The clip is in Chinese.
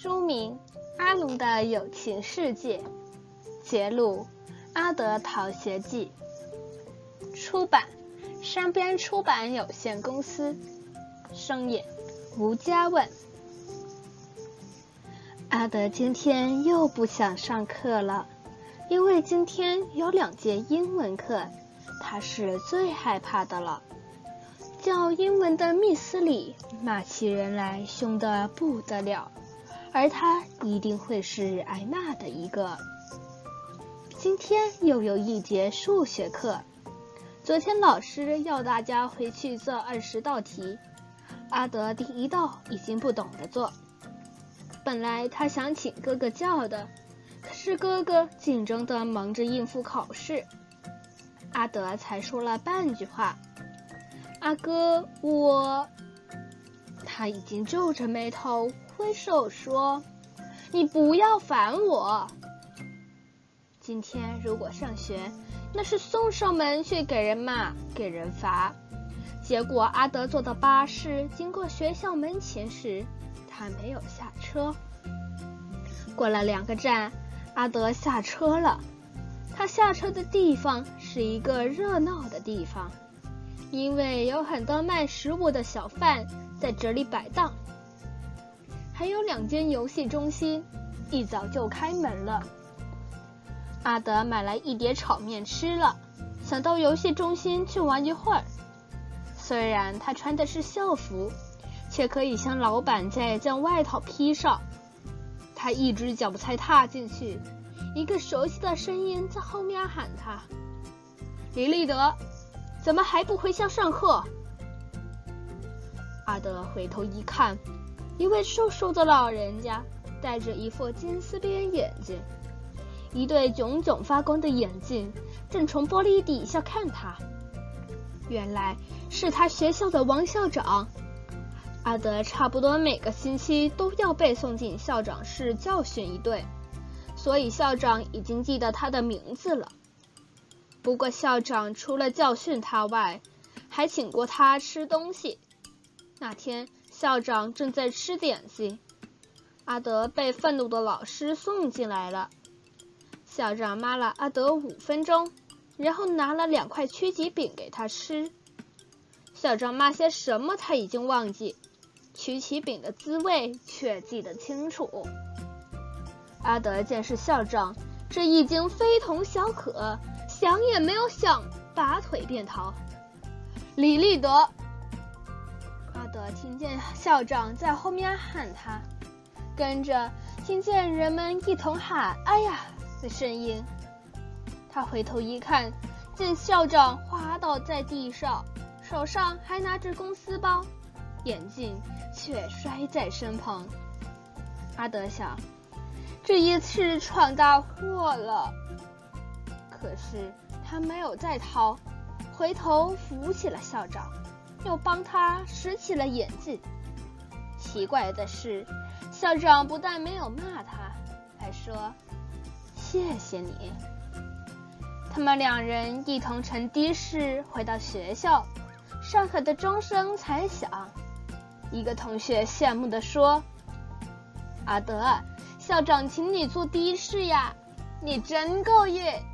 书名《阿龙的有情世界》，节录阿德逃学记，出版山边出版有限公司，声演吴佳问。阿德今天又不想上课了，因为今天有2节英文课，他是最害怕的了。教英文的密斯里骂起人来凶得不得了，而他一定会是挨骂的一个。今天又有1节数学课，昨天老师要大家回去做20道题，阿德第1道已经不懂得做。本来他想请哥哥教的，可是哥哥紧张地忙着应付考试，阿德才说了半句话。阿哥，他已经皱着眉头挥手说，你不要烦我。今天如果上学，那是送上门去给人骂给人罚。结果阿德坐的巴士经过学校门前时，他没有下车。过了2个站，阿德下车了。他下车的地方是一个热闹的地方，因为有很多卖食物的小贩在这里摆档，还有2间游戏中心一早就开门了。阿德买来1碟炒面吃了，想到游戏中心去玩一会儿。虽然他穿的是校服，却可以向老板再将外套披上。他一只脚才踏进去，一个熟悉的声音在后面喊他，李立德，怎么还不回校上课？阿德回头一看，一位瘦瘦的老人家戴着一副金丝边眼镜，一对炯炯发光的眼睛正从玻璃底下看他。原来是他学校的王校长。阿德差不多每个星期都要被送进校长室教训一顿，所以校长已经记得他的名字了。不过校长除了教训他外，还请过他吃东西。那天校长正在吃点心，阿德被愤怒的老师送进来了。校长骂了阿德5分钟，然后拿了2块曲奇饼给他吃。校长骂些什么他已经忘记，曲奇饼的滋味却记得清楚。阿德见是校长，这一惊非同小可，想也没有想，拔腿便逃。李立德！阿德听见校长在后面喊他，跟着听见人们一同喊哎呀的声音。他回头一看，见校长滑倒在地上，手上还拿着公司包，眼镜却摔在身旁。阿德想，这一次闯大祸了。可是他没有再逃，回头扶起了校长，又帮他拾起了眼镜。奇怪的是，校长不但没有骂他，还说谢谢你。他们2人一同乘的士回到学校，上课的钟声才响。一个同学羡慕地说，阿德，校长请你坐的士呀，你真够运。